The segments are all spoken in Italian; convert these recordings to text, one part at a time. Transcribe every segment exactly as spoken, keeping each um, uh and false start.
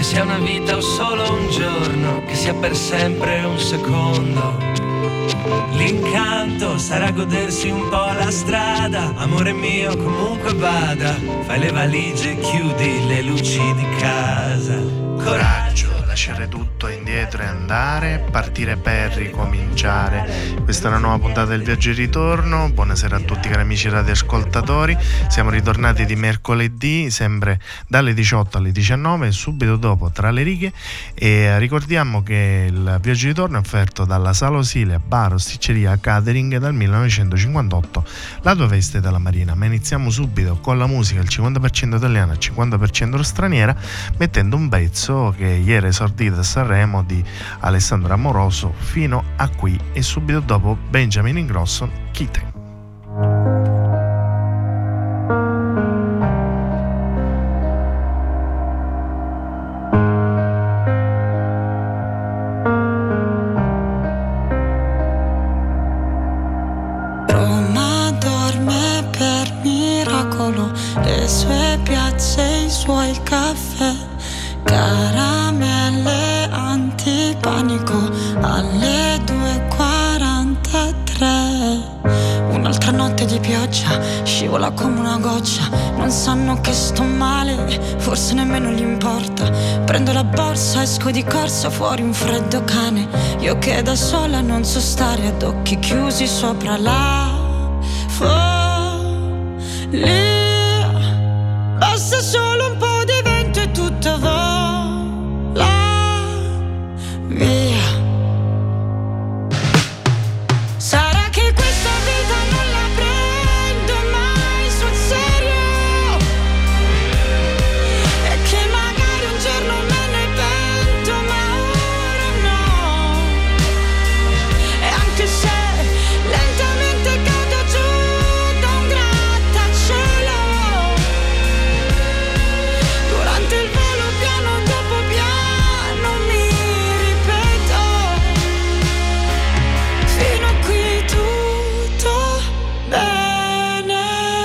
sia una vita o solo un giorno, che sia per sempre un secondo. L'incanto sarà godersi un po' la strada, amore mio comunque vada, fai le valigie e chiudi le luci di casa. Coraggio, lasciare tutto indietro e andare, partire per ricominciare. Questa è una nuova puntata del Viaggio e Ritorno. Buonasera a tutti cari amici radioascoltatori. Siamo ritornati di mercoledì, sempre dalle diciotto alle diciannove, subito dopo Tra le righe, e ricordiamo che il Viaggio e Ritorno è offerto dalla Sala Osilia, bar, osticceria, catering dal millenovecentocinquantotto, la tua veste della Marina. Ma iniziamo subito con la musica, il cinquanta per cento italiana e il cinquanta per cento straniera, mettendo un pezzo che ieri esordito a Sanremo di Alessandro Amoroso, Fino a qui, e subito dopo Benjamin Ingrosso, Chite. Roma dorme per miracolo, le sue piazze, i suoi caffè, caramelle antipanico alle due e quarantatré. Un'altra notte di pioggia, scivola come una goccia. Non sanno che sto male, forse nemmeno gli importa. Prendo la borsa, esco di corsa, fuori un freddo cane. Io che da sola non so stare, ad occhi chiusi sopra la follia. Basta solo un po' di vento e tutto vola via. Sarà che questa vita non la prendo mai sul serio, e che magari un giorno me ne pento, ma ora no. E anche se lentamente cado giù da un grattacielo, durante il volo piano dopo piano mi ripeto, fino a qui tutto bene.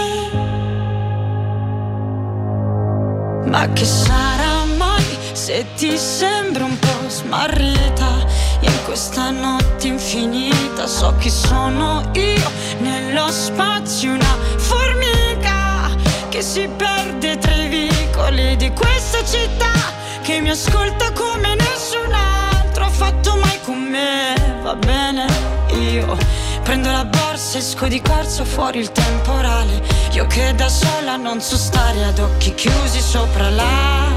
Ma che sarà mai se ti sembra un po' smarrita in questa notte infinita? So chi sono io nello spazio, una formica che si perde tra i vicoli di questa città, che mi ascolta come nessun altro ha fatto mai con me. Va bene, io prendo la borsa, esco di corsa, fuori il temporale. Io che da sola non so stare, ad occhi chiusi sopra la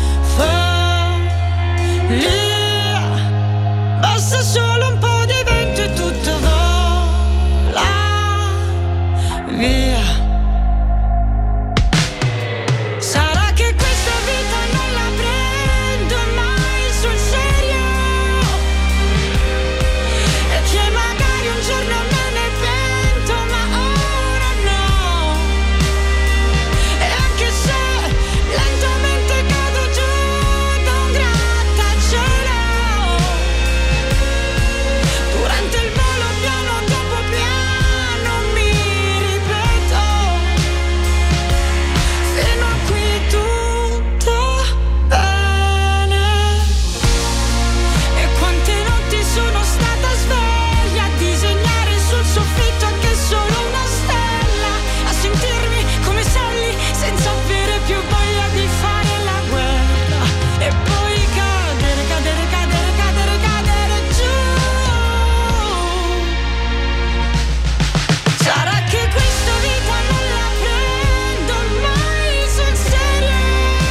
follia. Basta solo un po' di vento e tutto vola via. Sarà che questa vita non la prendo mai sul serio, e che magari un giorno me ne pento, ma ora no. E anche se lentamente cado giù da un grattacielo, durante il volo piano dopo piano mi ripeto, fino a qui tutto bene. E quante notti sono stata sveglia a disegnare sul soffitto anche solo una stella, a sentirmi come Sally senza avere più voglia di fare la guerra, e poi cadere, cadere, cadere, cadere, cadere giù. Sarà che questa vita non la prendo mai sul serio,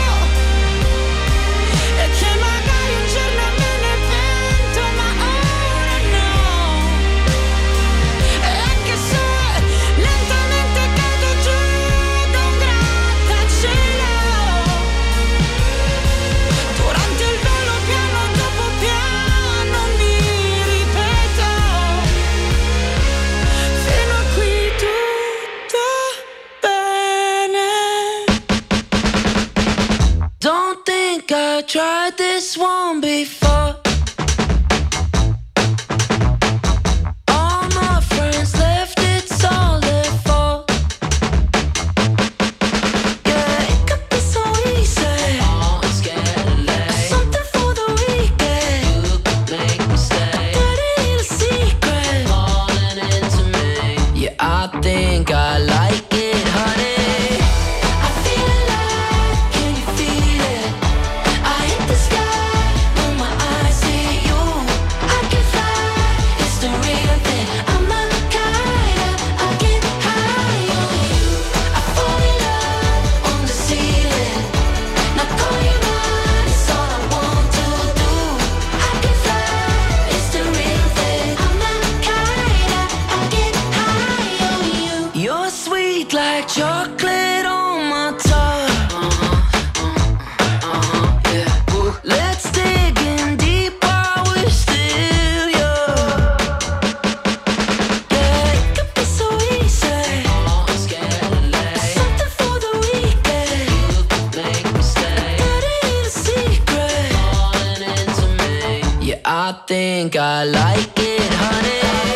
e che magari un giorno me ne pento, ma ora no. E anche se lentamente cado giù da un grattacielo, durante il volo piano dopo piano mi ripeto, fino a qui tutto bene. Don't think I tried this one before. All my friends left, it's all their fault. Yeah, it could be so easy. So I think I like it, honey.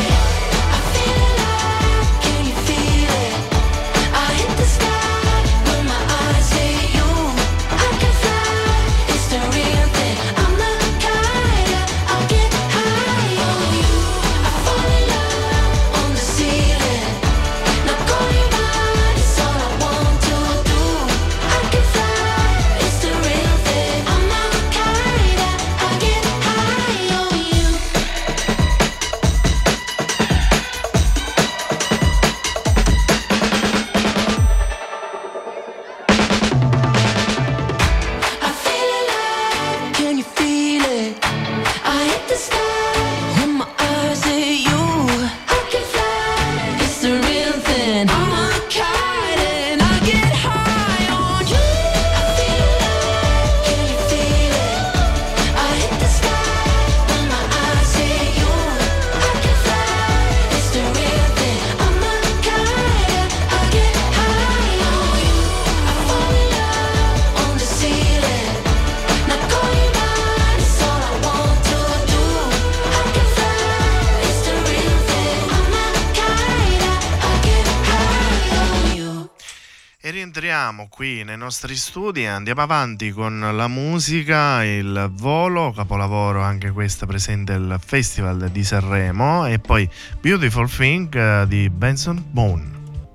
Qui nei nostri studi andiamo avanti con la musica, il volo, capolavoro anche questa presente al Festival di Sanremo, e poi Beautiful Thing di Benson Boone.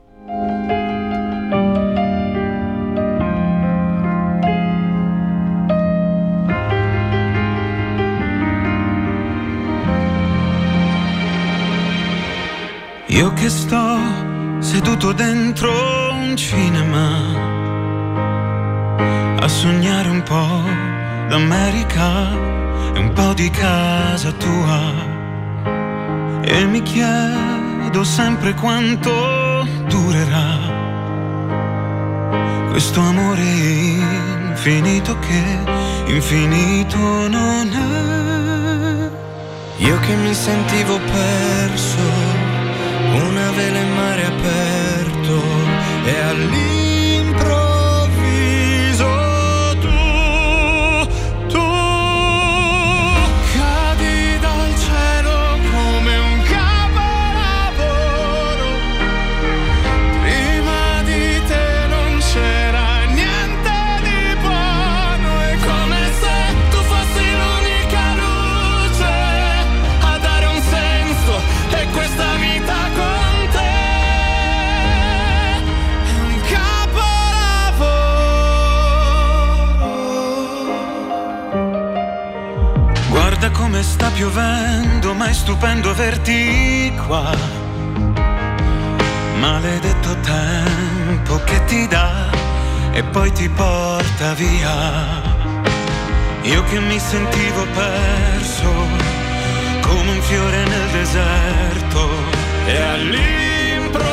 Io che sto seduto dentro un cinema a sognare un po' d'America e un po' di casa tua, e mi chiedo sempre quanto durerà questo amore infinito che infinito non è. Io che mi sentivo perso, una vela in mare aperto, e all'improvviso come sta piovendo, ma è stupendo averti qua. Maledetto tempo che ti dà e poi ti porta via. Io che mi sentivo perso come un fiore nel deserto, e all'improvviso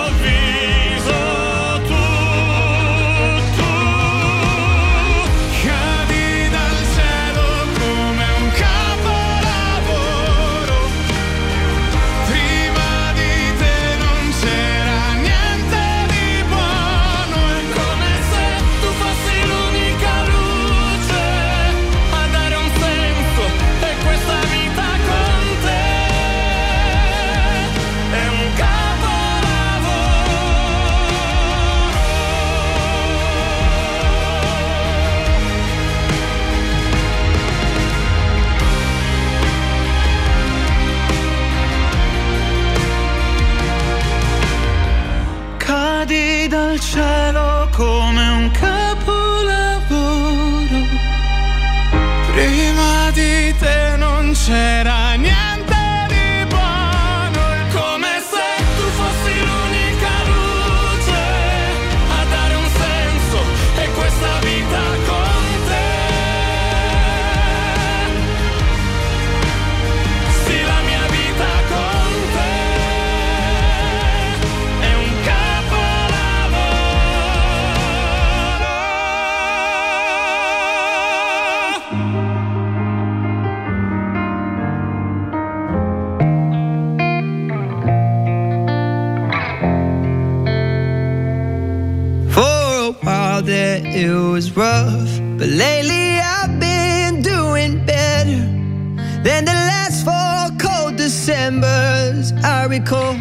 dal cielo come un capolavoro. Prima di te non c'era niente di buono, è come se tu fossi l'unica luce a dare un senso e questa vita con te. Sì, la mia vita con te è un that it was rough, but lately I've been doing better. than the last four cold Decembers I recall.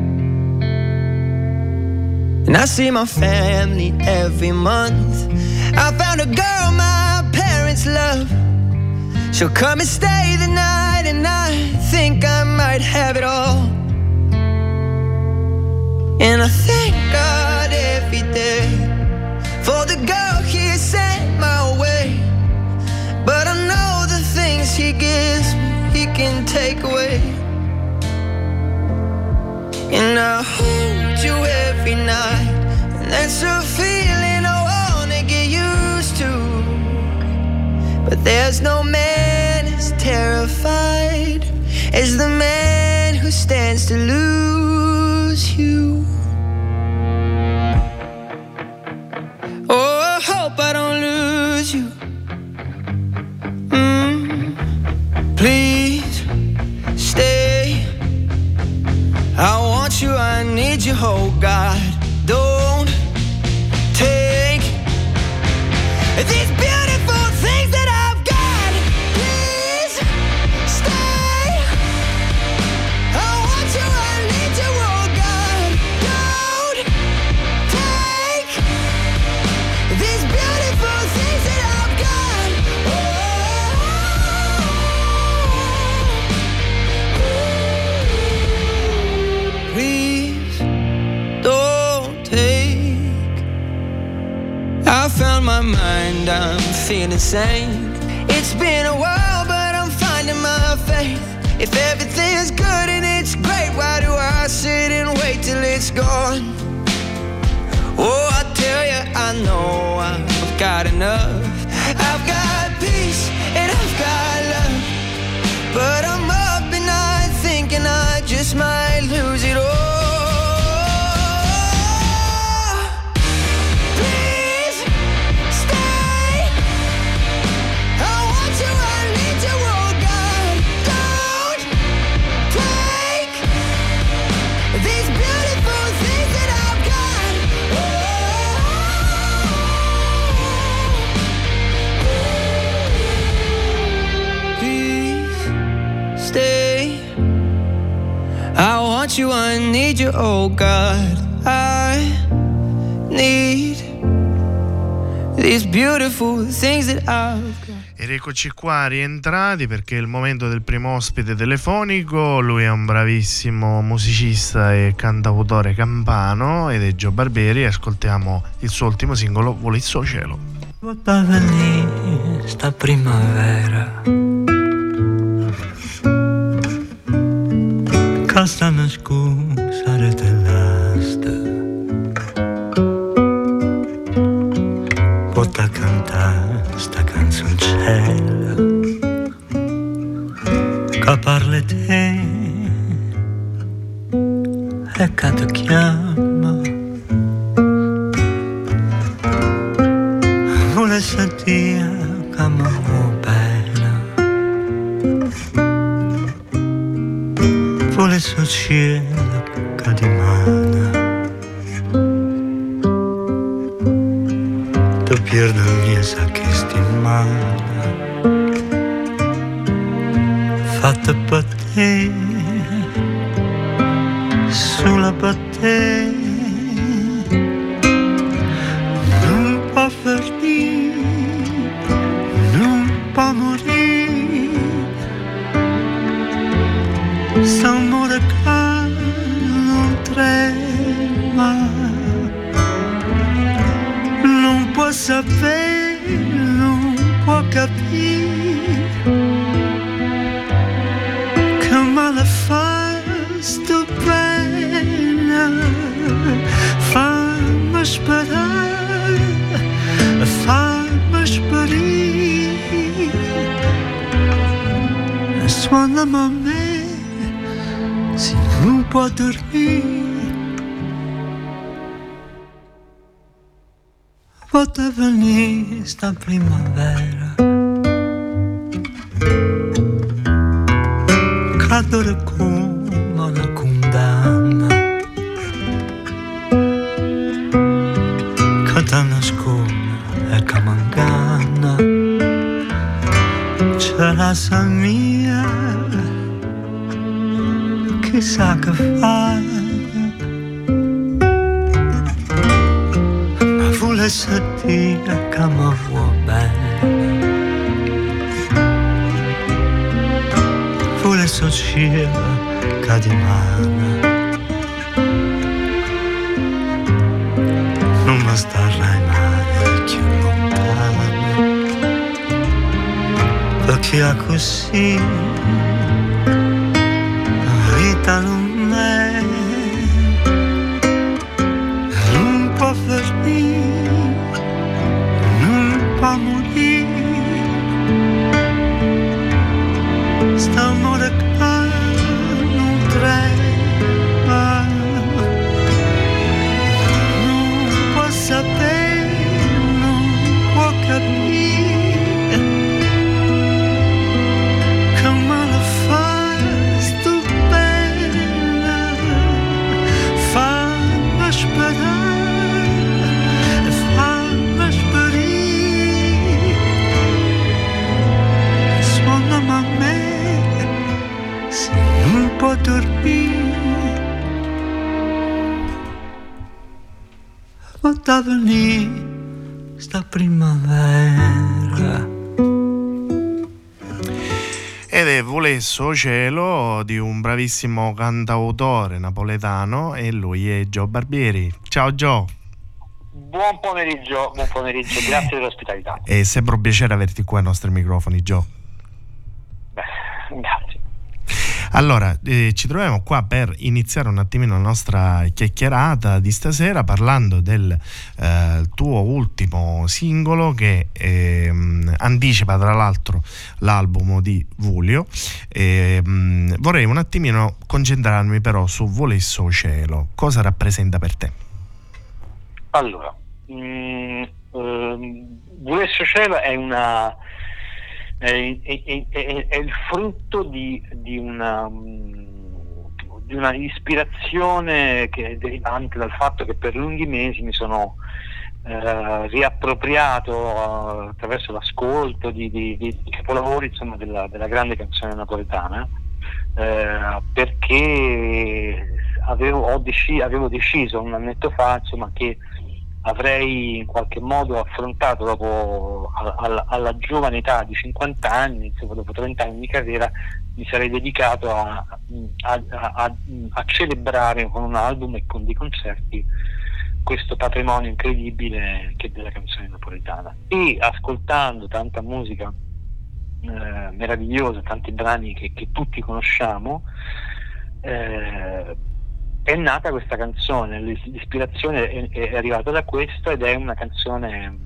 And I see my family every month. I found a girl my parents love. She'll come and stay the night, and I think I might have it all. And I thank God every day for the girl He sent my way. But I know the things He gives me, He can take away. And I hold you every night, and that's a feeling I wanna get used to. But there's no man as terrified as the man who stands to lose you. Oh, I hope I don't lose you. Mm. Please stay. I want you, I need you, oh God. Don't take these beautiful things that I've got. Please stay. I want you, I need you, oh God. Don't take these beautiful things that I've got. Oh, please don't take. I found my mind, I'm feeling sane. It's been a while, but I'm finding my faith. If everything's good and it's great, why do I sit and wait till it's gone? Oh, I tell you, I know I've got enough. I've got peace and I've got love. But I'm up at night thinking I just might lose it all. Please stay. I want you, I need you, oh God. Don't take these beautiful things that I've got. Please stay. I want you, I need you, oh God. I need these beautiful things that I've got. Ed eccoci qua rientrati perché è il momento del primo ospite telefonico. Lui è un bravissimo musicista e cantautore campano ed è Gio Barbieri. Ascoltiamo il suo ultimo singolo, Vuole il suo cielo. Vota venire sta primavera, costa una scusa dell'asta, vota cantare sta canzoncella che parla te e che ti chiama. Vuole sentire che mi bene, vuole il suo cielo che dimana. Tu perdi via sa che stimana fatta per te, sulla per te. Non può fermare, non può morire, s'amore che non trema, non può sapere, non può capire che male fa sto pena. Fammi sperare, fammi sparire, suonami a me se non può dormire. Vota venire sta primavera, cadere come una condanna, che ti nasconde e che mi inganna. C'è la sa mia chissà che fa, ma volesse dire che mi vuoi bene, volesse uscire che di mano non mi starrai mai più lontano, perché è così la vita non è, non può finire, non può morire, sta amore che non trema, non può sapere, non può capire come lo fa stupenda, fammi sperare, fammi sparire, suonami a me se non può dormire, quando venì sta primavera. Ed è Volesso cielo di un bravissimo cantautore napoletano e lui è Gio Barbieri. Ciao Gio. Buon pomeriggio, buon pomeriggio, grazie dell'ospitalità. È sempre un piacere averti qua ai nostri microfoni, Gio. Beh, grazie. Allora, eh, ci troviamo qua per iniziare un attimino la nostra chiacchierata di stasera parlando del eh, tuo ultimo singolo che eh, anticipa tra l'altro l'album di Vulio. Eh, mh, vorrei un attimino concentrarmi però su Volesso cielo. Cosa rappresenta per te? Allora, mh, ehm, Volesso cielo è una È, è, è, è il frutto di, di una di una ispirazione che è derivante dal fatto che per lunghi mesi mi sono eh, riappropriato uh, attraverso l'ascolto di, di, di capolavori, insomma, della, della grande canzone napoletana, eh, perché avevo, ho deci, avevo deciso un annetto fa, insomma, che avrei in qualche modo affrontato dopo alla, alla giovane età di cinquanta anni, insomma, dopo trenta anni di carriera, mi sarei dedicato a, a, a, a celebrare con un album e con dei concerti questo patrimonio incredibile che è della canzone napoletana. E ascoltando tanta musica eh, meravigliosa, tanti brani che, che tutti conosciamo, eh, è nata questa canzone, l'ispirazione è, è arrivata da questo ed è una canzone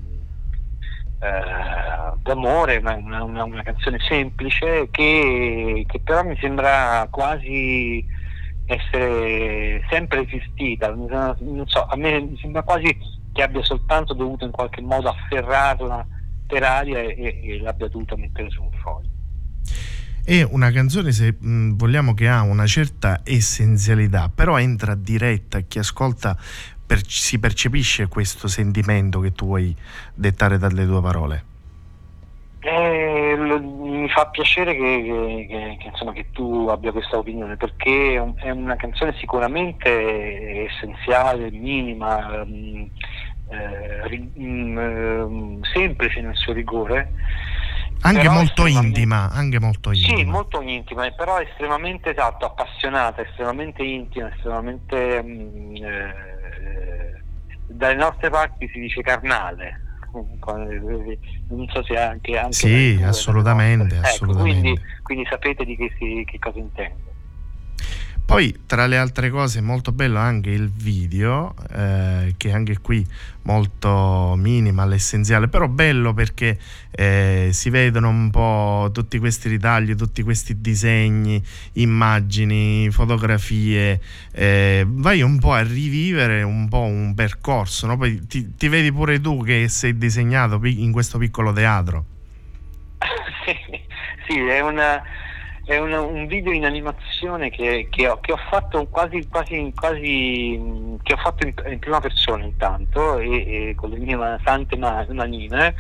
eh, d'amore, una, una, una canzone semplice che, che però mi sembra quasi essere sempre esistita, non so, a me mi sembra quasi che abbia soltanto dovuto in qualche modo afferrarla per aria e, e l'abbia dovuta mettere su un foglio. È una canzone, se mh, vogliamo, che ha una certa essenzialità, però entra diretta, chi ascolta per, si percepisce questo sentimento che tu vuoi dettare dalle tue parole. Eh, lo, mi fa piacere che, che, che, che, insomma, che tu abbia questa opinione, perché è, un, è una canzone sicuramente essenziale, minima, mh, eh, ri, mh, semplice nel suo rigore, anche però molto intima, anche molto intima. Sì, molto intima, però estremamente, esatto, appassionata, estremamente intima, estremamente mh, eh, dalle nostre parti si dice carnale. Non so se anche, anche sì, assolutamente, ecco, assolutamente. Quindi, quindi sapete di che, si, che cosa intendo. Poi, tra le altre cose, molto bello anche il video, eh, che anche qui molto minimal, essenziale, però bello perché eh, si vedono un po' tutti questi ritagli, tutti questi disegni, immagini, fotografie, eh, vai un po' a rivivere un po' un percorso, no? Poi ti, ti vedi pure tu che sei disegnato in questo piccolo teatro. sì, sì, è una... È un, un video in animazione che, che, ho, che ho fatto quasi, quasi, quasi che ho fatto in, in prima persona intanto e, e con le mie sante manine,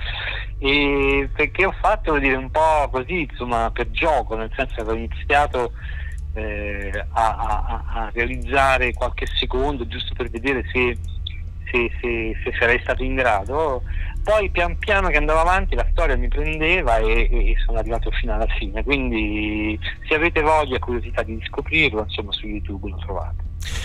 e perché ho fatto, dire, un po' così, insomma, per gioco, nel senso che ho iniziato eh, a, a, a realizzare qualche secondo giusto per vedere se, se, se, se sarei stato in grado. Poi pian piano che andavo avanti la storia mi prendeva e, e sono arrivato fino alla fine, quindi se avete voglia e curiosità di scoprirlo, insomma su YouTube lo trovate.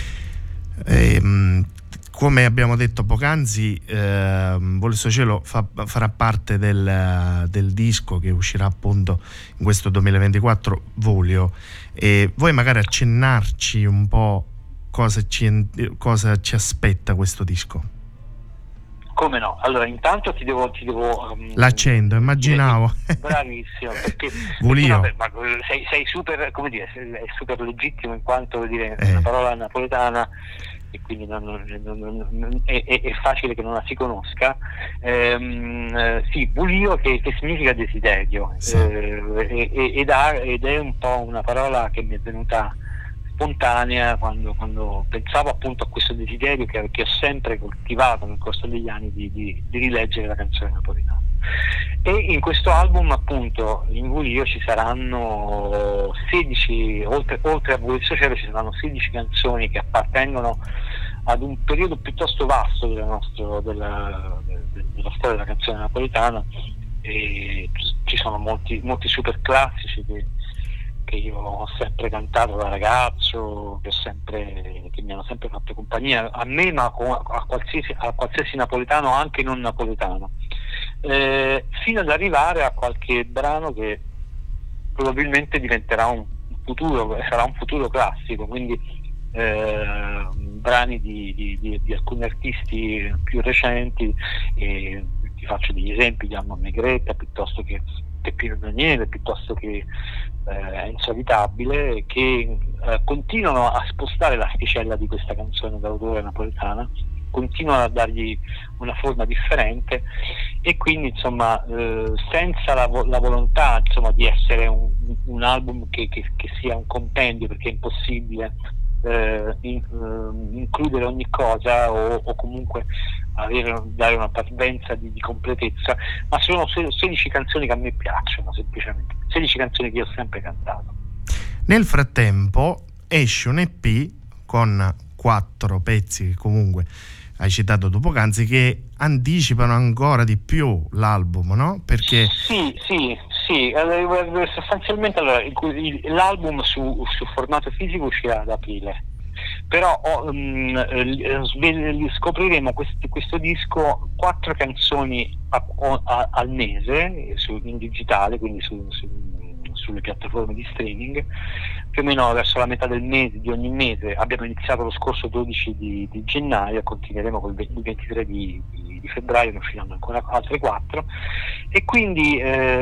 Ehm, come abbiamo detto poc'anzi, eh, Volesso Cielo fa, farà parte del, del disco che uscirà appunto in questo duemilaventiquattro, Volio, e vuoi magari accennarci un po' cosa ci, cosa ci aspetta questo disco? Come no? Allora intanto ti devo... Ti devo um, L'accendo, immaginavo. Bravissimo, perché, Volio. perché vabbè, ma sei, sei super, come dire, è super legittimo in quanto vuol dire Eh. una parola napoletana e quindi non, non, non, non, è, è, è facile che non la si conosca. Ehm, eh, sì, Volio che, che significa desiderio, Sì. eh, ed, ha, ed è un po' una parola che mi è venuta spontanea quando, quando pensavo appunto a questo desiderio che, che ho sempre coltivato nel corso degli anni di, di, di rileggere la canzone napoletana. E in questo album appunto in Volio ci saranno sedici, oltre, oltre a Volesso Cielo ci saranno sedici canzoni che appartengono ad un periodo piuttosto vasto della, nostro, della, della storia della canzone napoletana, e ci sono molti, molti super classici che che io ho sempre cantato da ragazzo, che, ho sempre, che mi hanno sempre fatto compagnia a me, ma a qualsiasi, a qualsiasi napoletano, anche non napoletano, eh, fino ad arrivare a qualche brano che probabilmente diventerà un futuro, sarà un futuro classico, quindi eh, brani di, di, di, di alcuni artisti più recenti, e ti faccio degli esempi di Alma Megretta piuttosto che Pino Daniele, piuttosto che eh, Enzo Abitabile, che eh, continuano a spostare l'asticella di questa canzone d'autore napoletana, continuano a dargli una forma differente, e quindi insomma eh, senza la, vo- la volontà insomma di essere un, un album che, che, che sia un compendio, perché è impossibile eh, in, eh, includere ogni cosa o, o comunque avere, dare una parvenza di, di completezza, ma sono sedici canzoni che a me piacciono, semplicemente sedici canzoni che io ho sempre cantato. Nel frattempo esce un E P con quattro pezzi che comunque hai citato tu poc'anzi, che anticipano ancora di più l'album, no? Perché sì, sì, sì, allora, sostanzialmente allora, il, l'album su, su formato fisico uscirà ad aprile, però um, scopriremo questi, questo disco quattro canzoni a, a, al mese su, in digitale, quindi su, su, sulle piattaforme di streaming, più o meno verso la metà del mese di ogni mese. Abbiamo iniziato lo scorso dodici di, di gennaio, continueremo col ventitré di, di, di febbraio, ne usciranno ancora altre quattro, e quindi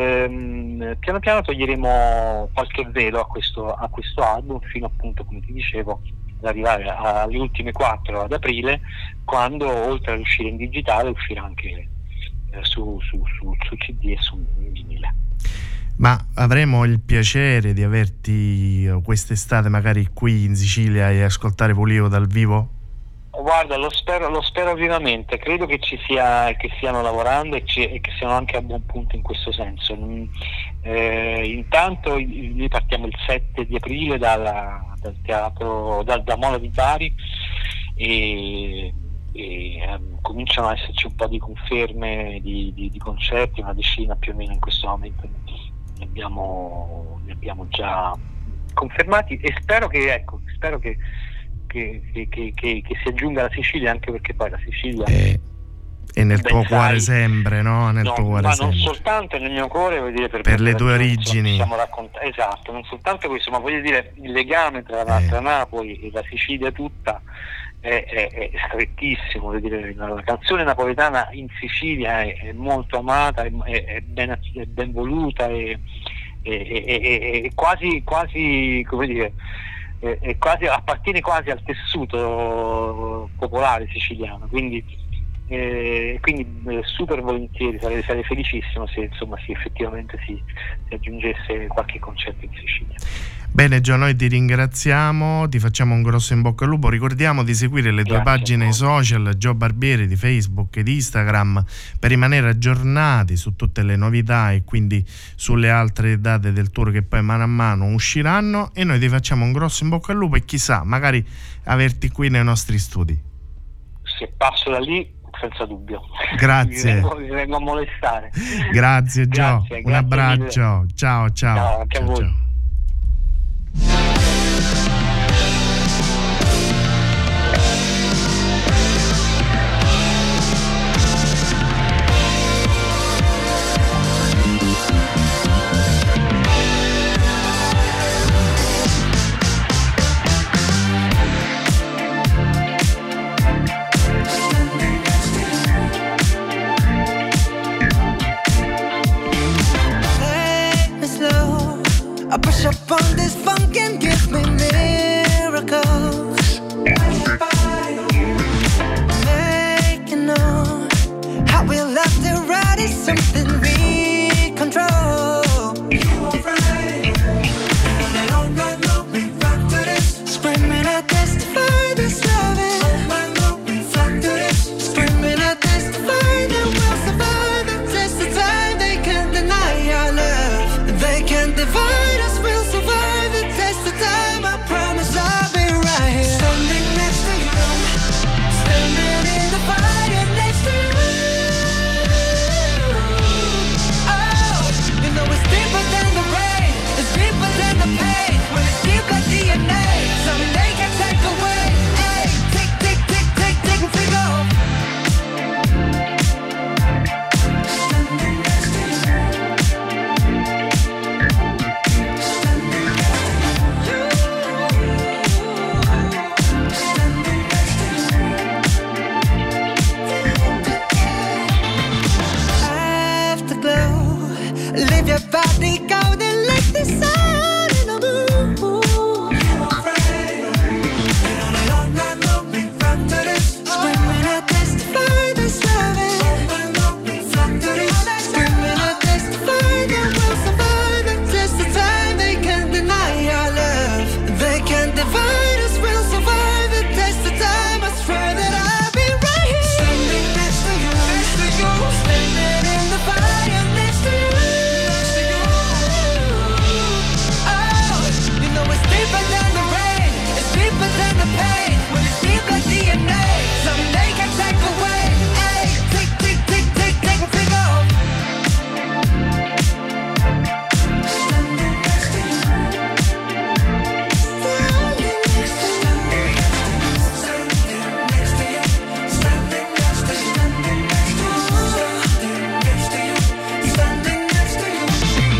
ehm, piano piano toglieremo qualche velo a questo, a questo album, fino appunto, come ti dicevo, ad arrivare alle ultime quattro ad aprile, quando oltre ad uscire in digitale uscirà anche eh, su, su, su, su C D e su vinile. Ma avremo il piacere di averti quest'estate magari qui in Sicilia e ascoltare Volio dal vivo? Guarda, lo spero, lo spero vivamente, credo che ci sia, che stiano lavorando e, ci, e che siano anche a buon punto in questo senso. Eh, intanto noi partiamo il sette di aprile dalla, dal teatro, dal, da Mola di Bari, e, e um, cominciano ad esserci un po' di conferme di, di, di concerti, una decina più o meno in questo momento ne abbiamo, ne abbiamo già confermati, e spero che, ecco, spero che Che, che, che, che si aggiunga la Sicilia, anche perché poi la Sicilia è, è nel tuo sai, cuore sempre, no? Nel no, tuo cuore ma sempre. non soltanto nel mio cuore, voglio dire, per, per le tue ragioni, origini, insomma, raccont- esatto, non soltanto questo, ma voglio dire il legame tra, eh. tra Napoli e la Sicilia tutta è, è, è strettissimo. Voglio dire, la, la canzone napoletana in Sicilia è, è molto amata, è, è, ben, è ben voluta, e è, quasi quasi come dire è quasi, appartiene quasi al tessuto popolare siciliano, quindi, eh, quindi eh, super volentieri, sarei, sarei felicissimo se insomma si effettivamente si, si aggiungesse qualche concerto in Sicilia. Bene Gio, noi ti ringraziamo, ti facciamo un grosso in bocca al lupo, ricordiamo di seguire le tue Grazie. pagine social Gio Barbieri di Facebook e di Instagram per rimanere aggiornati su tutte le novità e quindi sulle altre date del tour che poi mano a mano usciranno, e noi ti facciamo un grosso in bocca al lupo e chissà, magari averti qui nei nostri studi. Se passo da lì, senza dubbio. Grazie. Vi vengo, vi vengo a molestare. Grazie Gio, Grazie, un grazie abbraccio, mille. ciao ciao. Ciao, anche a ciao, voi. ciao. I push up on this funk and give me miracles. Making on how we left it right is something we control. Screaming I testify this loving. Screaming I testify that we'll survive the test of time. They can't deny our love. They can't divide us. We'll survive the test of time. I promise I'll be right here. Standing next to you. Standing in the fire next to you. Oh, you know it's deeper than the rain. It's deeper than the pain. When it's deep like D N A. Something they can take away. Hey, tick, tick, tick, tick, tick, and figure off. Standing next to you. Afterglow, leave your body golden like the sun in the moon. Screaming I testify this loving. Screaming I testify that we'll survive the test of time. They can't deny our love. They can't divide us. We'll survive the test of time. I swear that I'll be right here. Standing next to you, next to you. Standing in the fire next to you. Oh, you know it's deeper than the rain. It's deeper than the pain. When it's deep like D N A. Something they can take away. Hey, tick, tick, tick, tick, tick, and figure off. Standing next to you. Standing next to you. Standing next to you. Standing next to you. Standing next to you. Standing next to you.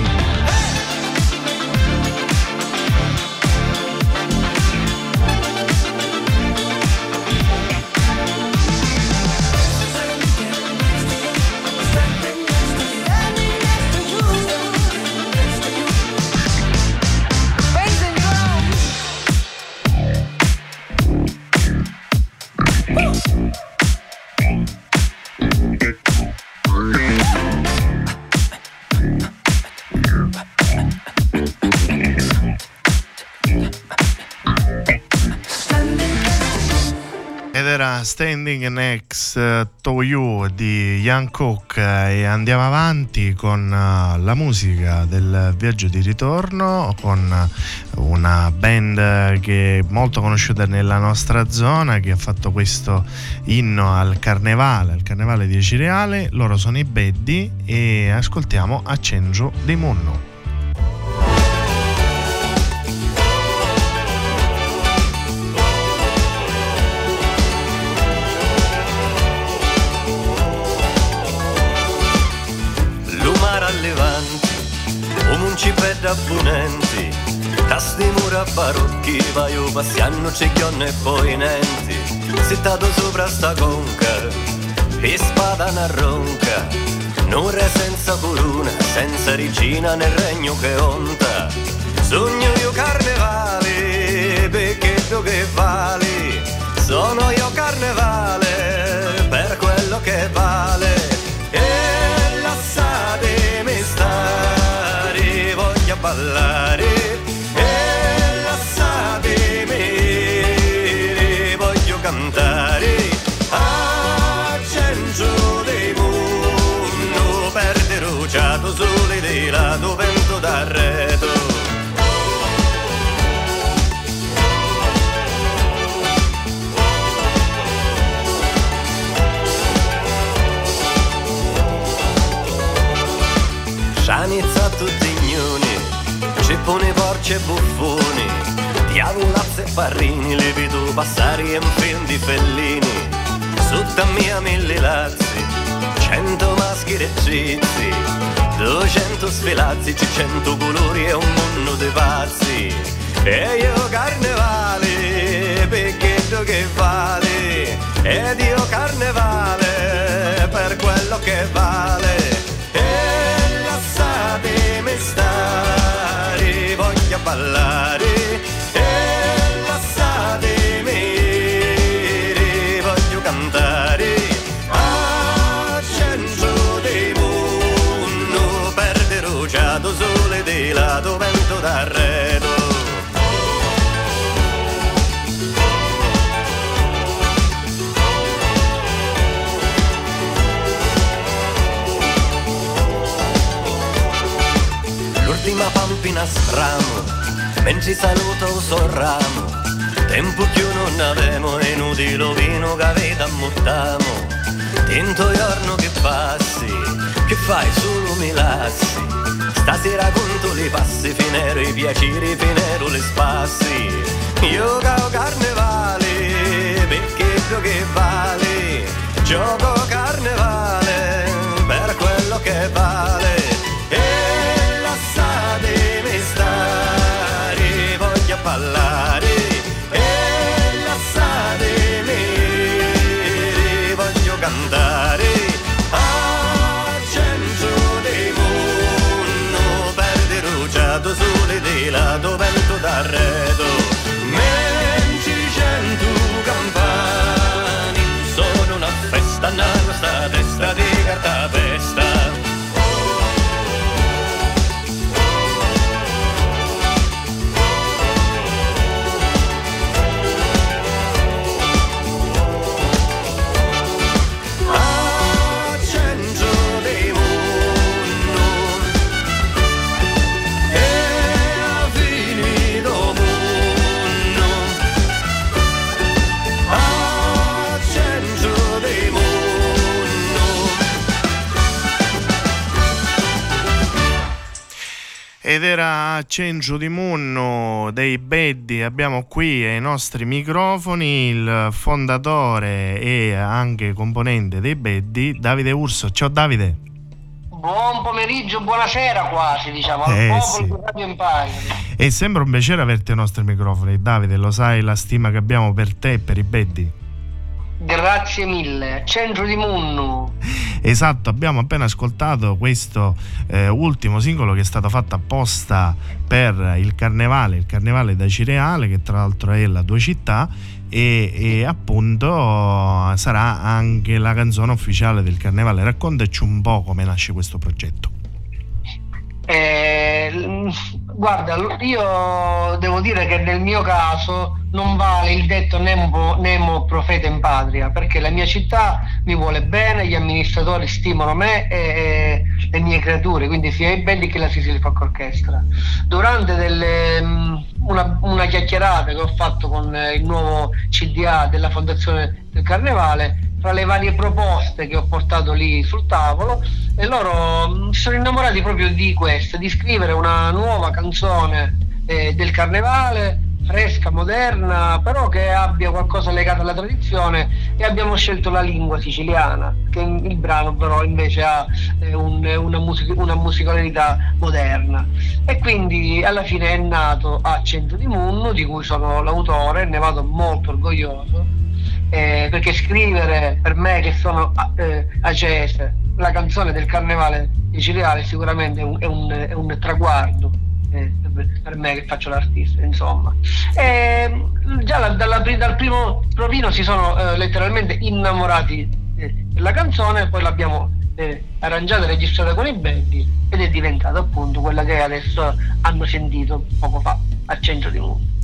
Raising drums. Ed era Standing Next to You di Ian Cook, e andiamo avanti con uh, la musica del viaggio di ritorno con una band che è molto conosciuta nella nostra zona, che ha fatto questo inno al carnevale, al carnevale di Cireale. Loro sono i Beddi e ascoltiamo Accencio di Munno. Lumara allevanti, o muncipedda punenti, tasti mura barocchi, vai o passiano cicchionne e poi nenti, sittato sopra sta conca, e spada na ronca, non re senza corona, senza regina nel regno che onta, sogno io carnevale, perché tu che vali, sono io carnevale, per quello che vale. E lasciatemi stare, voglio ballare, e lato, vento d'arredo. Scianizza tutti ignoni, cipponi, porci e buffoni, diavolazze e parrini, li vedo passare in film di Fellini. Sutta mia mille lazzi, cento maschere e zizi, duecento sfilazzi, cento colori e un mondo di pazzi. E io carnevale, perché tu che vale, ed io carnevale, per quello che vale. E lasciatemi stare, voglio ballare, e lasciatemi, voglio cantare. A centro di mondo, perde rugiato, sole di lato, vento d'arredo. L'ultima pampina stramo, mentre saluto un sorramo, tempo più non avemo, è inutile vino che avete ammuttamo. Tinto giorno che passi, che fai solo mi lassi, stasera conto li passi, finero i piaceri, finero le spassi. Io cao carnevale, perché tu che vale, gioco carnevale, per quello che vale. E lasciatemi stare, voglio ballare, e lasciatemi, voglio cantare. A centro di mondo, perde rugiato, sole di lato, vento d'arredo. Mentre cento campani, sono una festa, una nostra testa di cartapesta. Ed era Cencio di Munno dei Beddi. Abbiamo qui ai nostri microfoni il fondatore e anche componente dei Beddi, Davide Urso. Ciao Davide. Buon pomeriggio, buonasera quasi, diciamo, al Eh, popolo sì. di Radio Empire. E sembra un piacere averti ai nostri microfoni, Davide, lo sai la stima che abbiamo per te e per i Beddi. Grazie mille. Centro di Munno. Esatto, abbiamo appena ascoltato questo eh, ultimo singolo che è stato fatto apposta per il carnevale, il carnevale da Cireale, che tra l'altro è la tua città, e, e appunto sarà anche la canzone ufficiale del carnevale. Raccontaci un po' come nasce questo progetto. Eh, guarda, io devo dire che nel mio caso non vale il detto nemo, nemo profeta in patria, perché la mia città mi vuole bene, gli amministratori stimano me e, e le mie creature, quindi sia i belli che la Sicily Folk Orchestra. Durante delle, una, una chiacchierata che ho fatto con il nuovo C D A della Fondazione del Carnevale, tra le varie proposte che ho portato lì sul tavolo, e loro si sono innamorati proprio di questo, di scrivere una nuova canzone eh, del carnevale, fresca, moderna, però che abbia qualcosa legato alla tradizione, e abbiamo scelto la lingua siciliana, che il brano però invece ha eh, un, una, music- una musicalità moderna. E quindi alla fine è nato A Centro di Munno, di cui sono l'autore, ne vado molto orgoglioso. Eh, perché scrivere per me, che sono eh, acese, la canzone del carnevale di Cireale sicuramente è un, è un, è un traguardo eh, per me che faccio l'artista, insomma. E già la, dalla, dal primo provino si sono eh, letteralmente innamorati eh, della canzone, poi l'abbiamo eh, arrangiata e registrata con i Beddi, ed è diventata appunto quella che adesso hanno sentito poco fa, A Centro di Munno.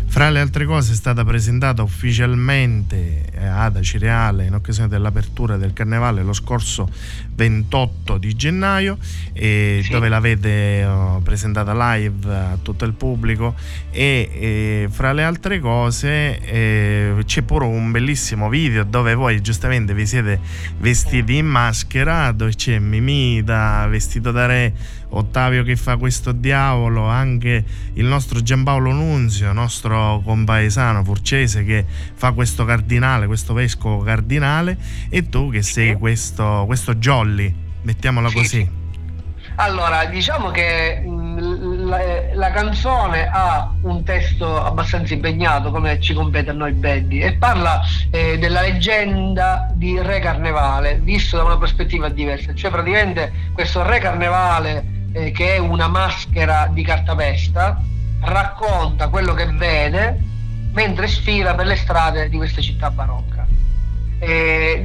Fra le altre cose è stata presentata ufficialmente ad Acireale in occasione dell'apertura del Carnevale lo scorso ventotto di gennaio, e sì. dove l'avete uh, presentata live a tutto il pubblico, e, e fra le altre cose eh, c'è pure un bellissimo video dove voi giustamente vi siete vestiti in maschera, dove c'è Mimita vestito da re, Ottavio che fa questo diavolo, anche il nostro Giampaolo Nunzio, nostro compaesano furcese, che fa questo cardinale, questo vescovo cardinale, e tu che sei questo, questo jolly, mettiamola così. Allora, diciamo che la, la canzone ha un testo abbastanza impegnato, come ci compete a noi Beddi, e parla eh, della leggenda di Re Carnevale visto da una prospettiva diversa, cioè praticamente questo Re Carnevale eh, che è una maschera di cartapesta, racconta quello che vede mentre sfila per le strade di questa città barocca. E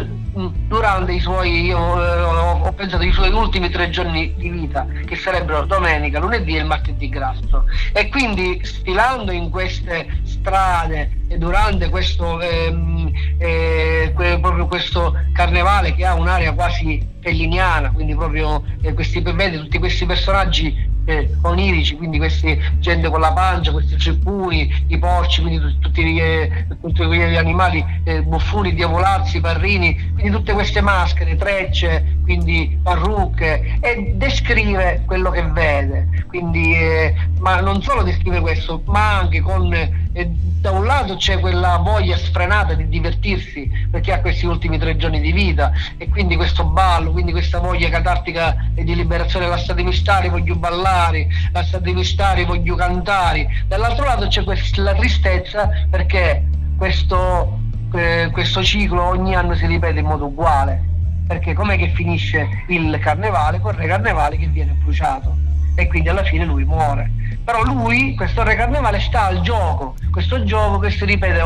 durante i suoi, io ho pensato i suoi ultimi tre giorni di vita, che sarebbero domenica, lunedì e il martedì grasso, e quindi sfilando in queste strade e durante questo ehm, eh, proprio questo carnevale che ha un'area quasi felliniana, quindi proprio eh, questi, vede tutti questi personaggi Eh, onirici, quindi questi gente con la pancia, questi ceppuni, i porci, quindi tutti, tutti, eh, tutti quegli animali eh, buffoni, diavolazzi, parrini, quindi tutte queste maschere, trecce, quindi parrucche, e descrive quello che vede, quindi eh, ma non solo descrive questo, ma anche con eh, da un lato c'è quella voglia sfrenata di divertirsi perché ha questi ultimi tre giorni di vita, e quindi questo ballo, quindi questa voglia catartica e di liberazione, lasciatemi mistari, voglio ballare, lasciatemi mistari, voglio cantare. Dall'altro lato c'è questa tristezza perché questo, eh, questo ciclo ogni anno si ripete in modo uguale, perché com'è che finisce il carnevale? Con il Re Carnevale che viene bruciato, e quindi alla fine lui muore. Però lui, questo Re Carnevale, sta al gioco, questo gioco che si ripete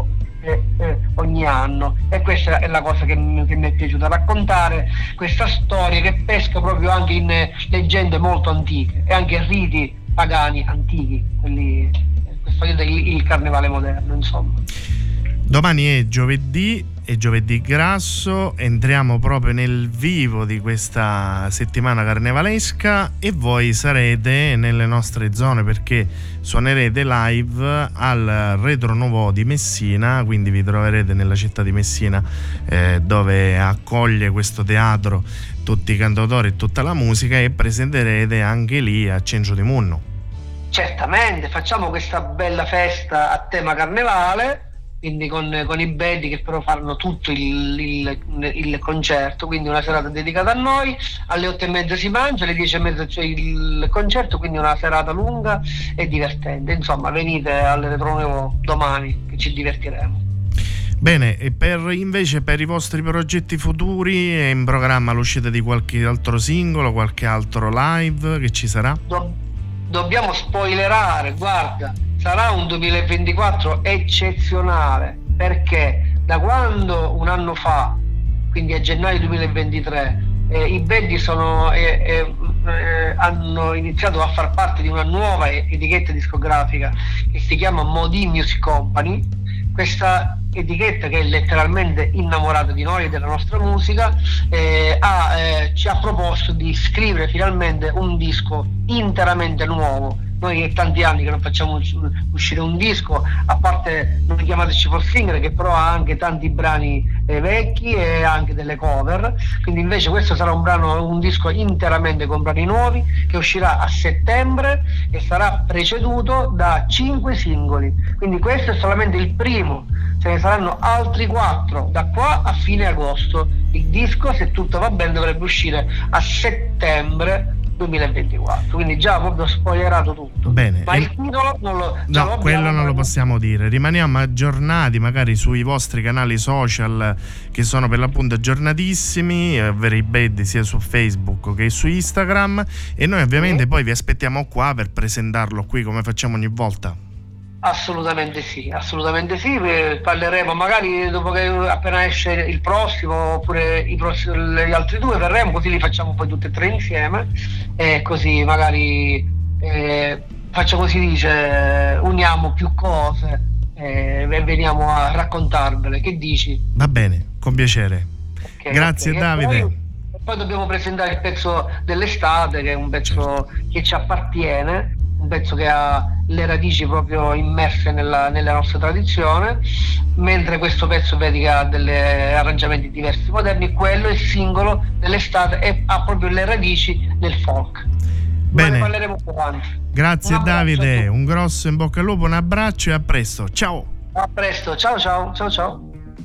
eh, eh, ogni anno, e questa è la cosa che mi, che mi è piaciuta raccontare, questa storia che pesca proprio anche in eh, leggende molto antiche e anche riti pagani antichi, quelli, questo è il, il carnevale moderno, insomma. Domani è giovedì, è giovedì grasso, entriamo proprio nel vivo di questa settimana carnevalesca, e voi sarete nelle nostre zone perché suonerete live al Retro Nouveau di Messina, quindi vi troverete nella città di Messina eh, dove accoglie questo teatro tutti i cantautori e tutta la musica, e presenterete anche lì a Cencio di Munno. Certamente, facciamo questa bella festa a tema carnevale, quindi con, con i Beddi che però faranno tutto il, il, il concerto, quindi una serata dedicata a noi. Alle otto e mezza si mangia, alle dieci e mezza c'è il concerto, quindi una serata lunga e divertente. Insomma, venite al Retro Nouveau domani che ci divertiremo. Bene, e per invece per i vostri progetti futuri è in programma l'uscita di qualche altro singolo, qualche altro live che ci sarà? Do- dobbiamo spoilerare, guarda, sarà un duemilaventiquattro eccezionale, perché da quando un anno fa, quindi a gennaio duemilaventitré, eh, i Beddi sono, eh, eh, eh, hanno iniziato a far parte di una nuova etichetta discografica che si chiama Modi Music Company. Questa etichetta, che è letteralmente innamorata di noi e della nostra musica, eh, ha, eh, ci ha proposto di scrivere finalmente un disco interamente nuovo. Noi è tanti anni che non facciamo uscire un disco, a parte Non chiamateci for singer, che però ha anche tanti brani eh, vecchi e anche delle cover, quindi invece questo sarà un brano, un disco interamente con brani nuovi, che uscirà a settembre e sarà preceduto da cinque singoli, quindi questo è solamente il primo, ce ne saranno altri quattro da qua a fine agosto. Il disco, se tutto va bene, dovrebbe uscire a settembre duemilaventiquattro, quindi già proprio spoilerato tutto. Bene. Ma il titolo non lo, no, lo quello non lo possiamo dire. Rimaniamo aggiornati magari sui vostri canali social, che sono per l'appunto aggiornatissimi, ovvero i Beddi, sia su Facebook che su Instagram, e noi ovviamente sì. Poi vi aspettiamo qua per presentarlo qui come facciamo ogni volta. Assolutamente sì, assolutamente sì, parleremo magari dopo che appena esce il prossimo, oppure i prossimi, gli altri due verremo, così li facciamo poi tutti e tre insieme, e così magari eh, facciamo, si dice, uniamo più cose e veniamo a raccontarvele. Che dici? Va bene, con piacere. Okay, grazie okay. Davide. E poi, e poi dobbiamo presentare il pezzo dell'estate, che è un pezzo certo. che ci appartiene, un pezzo che ha le radici proprio immerse nella, nella nostra tradizione, mentre questo pezzo vedi che ha degli arrangiamenti diversi moderni. Quello è il singolo dell'estate e ha proprio le radici nel folk. Bene. Ma ne parleremo più avanti. Grazie un Davide, un grosso in bocca al lupo, un abbraccio e a presto. Ciao. A presto, ciao ciao, ciao ciao.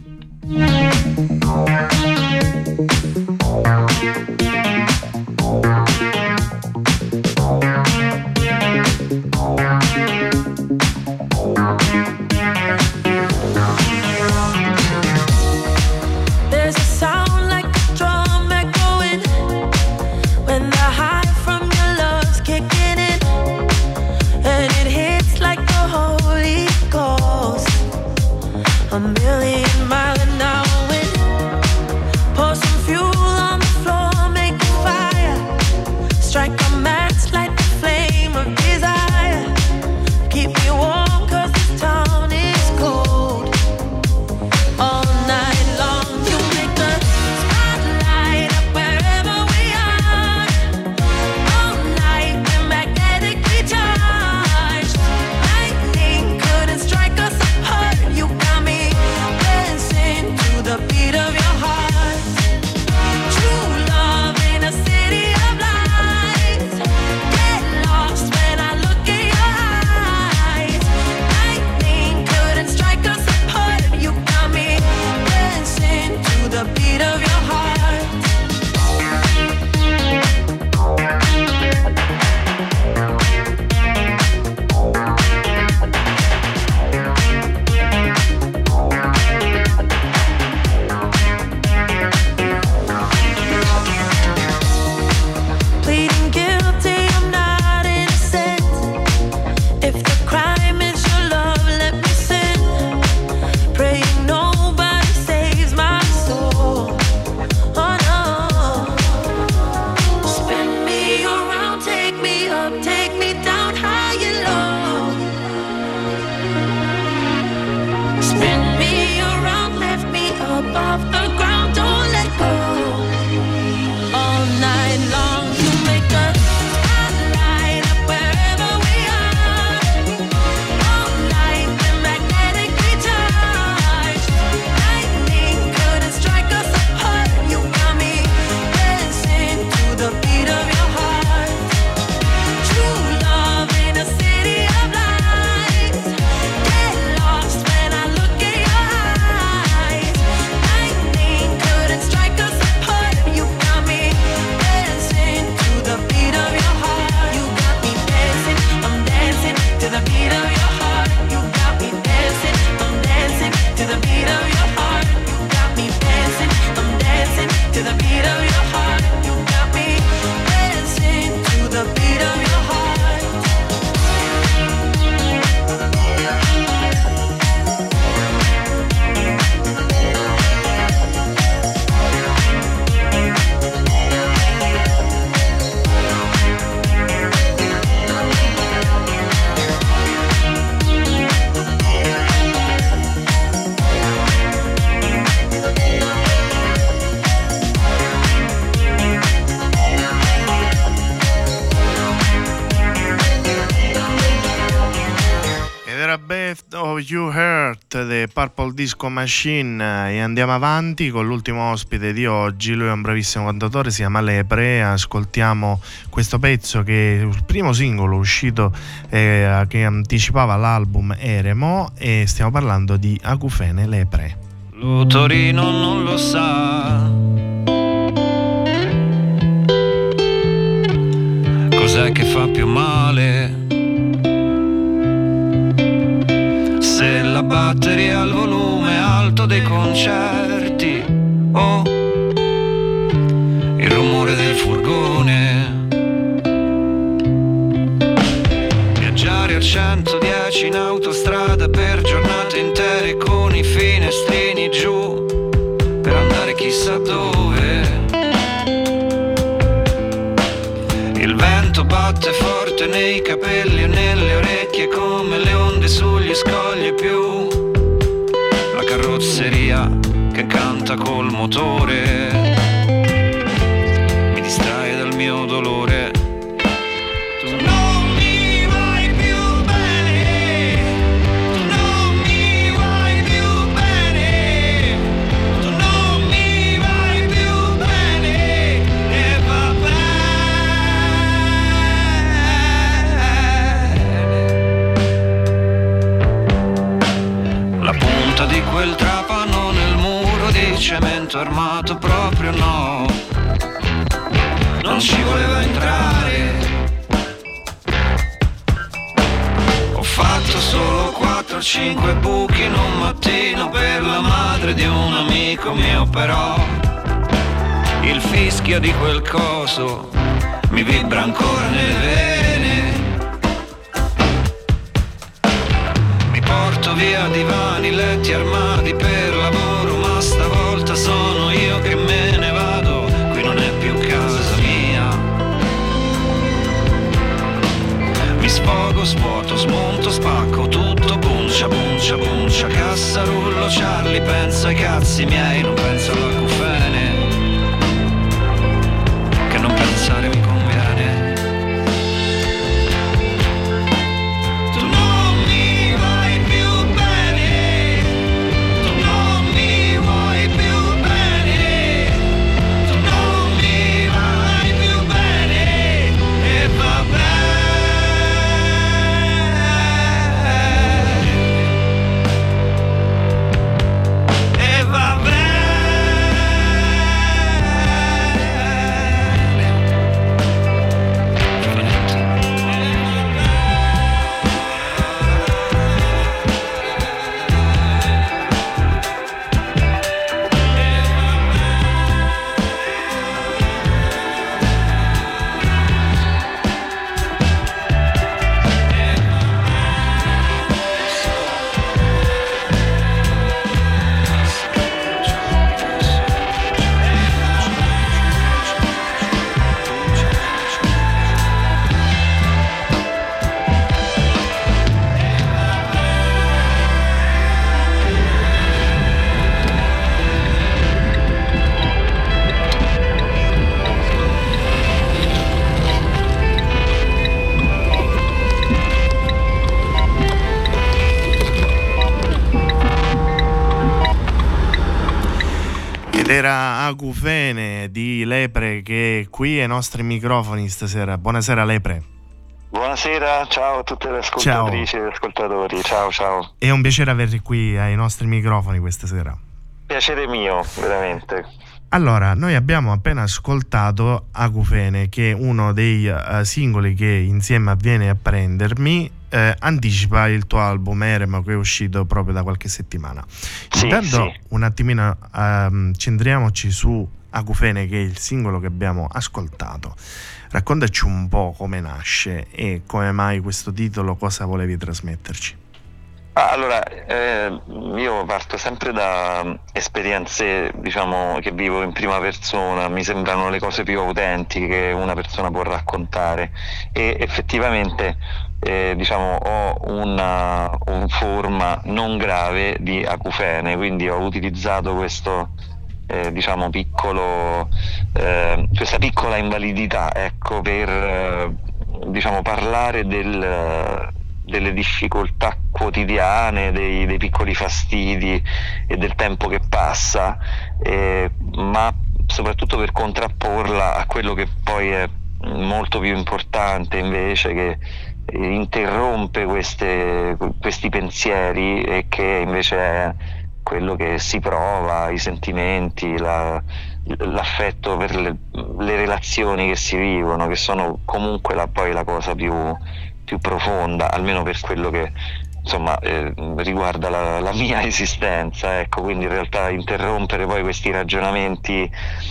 There's a sound like a drum echoing when the high from your love's kicking in, and it hits like the Holy Ghost. A million mile an hour wind. Pour some fuel on the floor, make a fire. Strike a match, light the flame of desire. Keep me warm, cause this town is cold. All night long, you make the spotlight up wherever we are. All night, we're magnetically charged. Lightning couldn't strike us apart. You got me dancing to the beat of your heart. True love in a city of lights. Get lost when I look in your eyes. Lightning couldn't strike us apart. You got me dancing to the beat of your heart. Pleading guilty, I'm not innocent. If the crime is your love, let me sin. Praying nobody saves my soul. Oh no. Spin me around, take me up, take me down high and low. Spin me around, lift me up off the ground, don't let go. All night long, you make a spotlight up wherever we are. All night, we're magnetically charged. Lightning couldn't strike us apart. You got me dancing to the beat of your heart. True love in a city of lights. Get lost when I look in your eyes. Lightning couldn't strike us apart. You got me dancing to the beat of your heart. You got me dancing, I'm dancing to the beat of your heart. You got me dancing, I'm dancing to the beat of your heart. You got me dancing, I'm dancing to the beat of your heart. You got me dancing to the beat of your heart. Ed era Best of You Hurt The Purple Disco Machine. E andiamo avanti con l'ultimo ospite di oggi. Lui è un bravissimo cantautore, si chiama Lepre. Ascoltiamo questo pezzo che è il primo singolo uscito eh, che anticipava l'album Eremo, e stiamo parlando di Acufene Lepre. Lo Torino non lo sa cos'è che fa più male, se la batteria al volume alto dei concerti o il rumore del furgone. Viaggiare a centodieci in autostrada per giornate intere con i finestrini giù per andare chissà dove. Il vento batte forte nei capelli e nelle strade, sugli scogli più la carrozzeria che canta col motore mi distrae dal mio dolore. Tu non mi vuoi più bene, tu non mi vuoi più bene, tu non mi vuoi più bene e va bene. La punta di quel trapano nel muro di cemento armato proprio no, non ci voleva entrare. Ho fatto solo quattro cinque buchi in un mattino per la madre di un amico mio, però il fischio di quel coso mi vibra ancora nelle vene. Mi porto via divani, letti, armadi per lavoro, ma stavolta sono io che me ne vado, qui non è più casa mia. Mi sfogo, svuoto, smonto, spacco tutto, buncia, buncia, buncia, cassa, rullo, Charlie, penso ai cazzi miei, non penso all'acufene, che non pensare mi conviene. Tu non mi vuoi più bene, tu non mi vuoi più bene, tu non mi vuoi più bene e va bene. E va bene. Era Acufene di Lepre che è qui ai nostri microfoni stasera. Buonasera Lepre. Buonasera, ciao a tutte le ascoltatrici e ascoltatori, ciao ciao. È un piacere averti qui ai nostri microfoni questa sera. Piacere mio, veramente. Allora, noi abbiamo appena ascoltato Acufene, che è uno dei uh, singoli che insieme a Vieni a prendermi eh, anticipa il tuo album Erema, che è uscito proprio da qualche settimana. Sì, Intanto sì. un attimino um, centriamoci su Acufene, che è il singolo che abbiamo ascoltato. Raccontaci un po' come nasce e come mai questo titolo, cosa volevi trasmetterci. Ah, allora, eh, io parto sempre da esperienze, diciamo, che vivo in prima persona, mi sembrano le cose più autentiche che una persona può raccontare e effettivamente eh, diciamo, ho una un forma non grave di acufene, quindi ho utilizzato questo eh, diciamo piccolo eh, questa piccola invalidità, ecco, per eh, diciamo parlare del delle difficoltà quotidiane, dei, dei piccoli fastidi e del tempo che passa, eh, ma soprattutto per contrapporla a quello che poi è molto più importante invece, che interrompe queste, questi pensieri e che invece è quello che si prova, i sentimenti, la, l'affetto per le, le relazioni che si vivono, che sono comunque la, poi la cosa più più profonda, almeno per quello che insomma eh, riguarda la, la mia esistenza, ecco. Quindi in realtà interrompere poi questi ragionamenti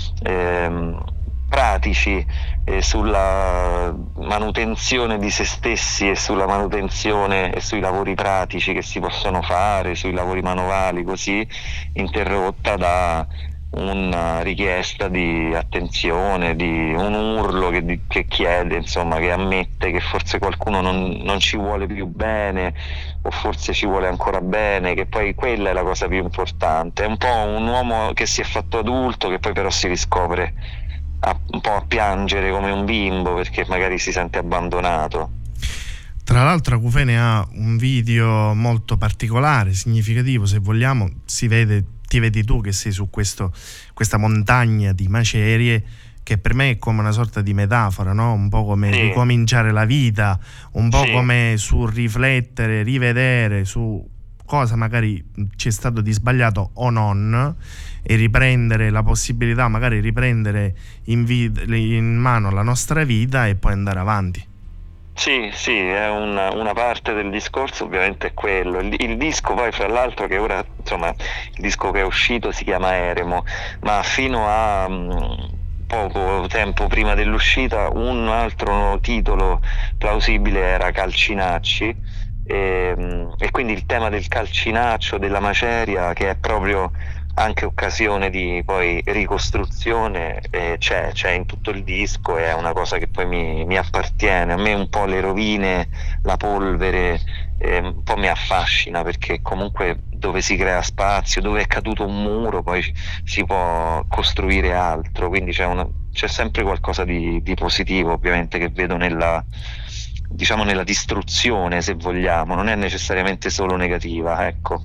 eh, pratici eh, sulla manutenzione di se stessi e sulla manutenzione e sui lavori pratici che si possono fare, sui lavori manuali, così interrotta da una richiesta di attenzione, di un urlo che, di, che chiede, insomma, che ammette che forse qualcuno non, non ci vuole più bene o forse ci vuole ancora bene, che poi quella è la cosa più importante. È un po' un uomo che si è fatto adulto, che poi però si riscopre a, un po' a piangere come un bimbo perché magari si sente abbandonato. Tra l'altro Acufene ha un video molto particolare, significativo, se vogliamo, si vede, ti vedi tu che sei su questo, questa montagna di macerie, che per me è come una sorta di metafora, no? Un po' come sì. ricominciare la vita, un po' sì. come su riflettere, rivedere su cosa magari c'è stato di sbagliato o non, e riprendere la possibilità, magari riprendere in, vid- in mano la nostra vita e poi andare avanti. Sì, sì, è una, una parte del discorso, ovviamente è quello. Il, il disco poi, fra l'altro, che ora, insomma, il disco che è uscito si chiama Eremo, ma fino a mh, poco tempo prima dell'uscita un altro titolo plausibile era Calcinacci, e, mh, e quindi il tema del calcinaccio, della maceria, che è proprio anche occasione di poi ricostruzione, eh, c'è, c'è in tutto il disco, è una cosa che poi mi, mi appartiene. A me un po' le rovine, la polvere, eh, un po' mi affascina, perché comunque dove si crea spazio, dove è caduto un muro, poi si può costruire altro, quindi c'è, una, c'è sempre qualcosa di, di positivo, ovviamente, che vedo nella, diciamo, nella distruzione, se vogliamo, non è necessariamente solo negativa, ecco.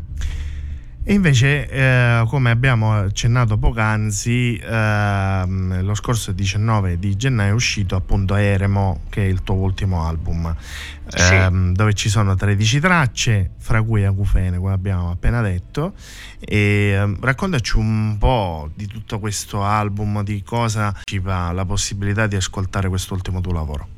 E invece, eh, come abbiamo accennato poc'anzi, eh, lo scorso diciannove di gennaio è uscito appunto Eremo, che è il tuo ultimo album, eh, sì. dove ci sono tredici tracce, fra cui Acufene, come abbiamo appena detto. E eh, raccontaci un po' di tutto questo album, di cosa ci fa la possibilità di ascoltare quest'ultimo tuo lavoro.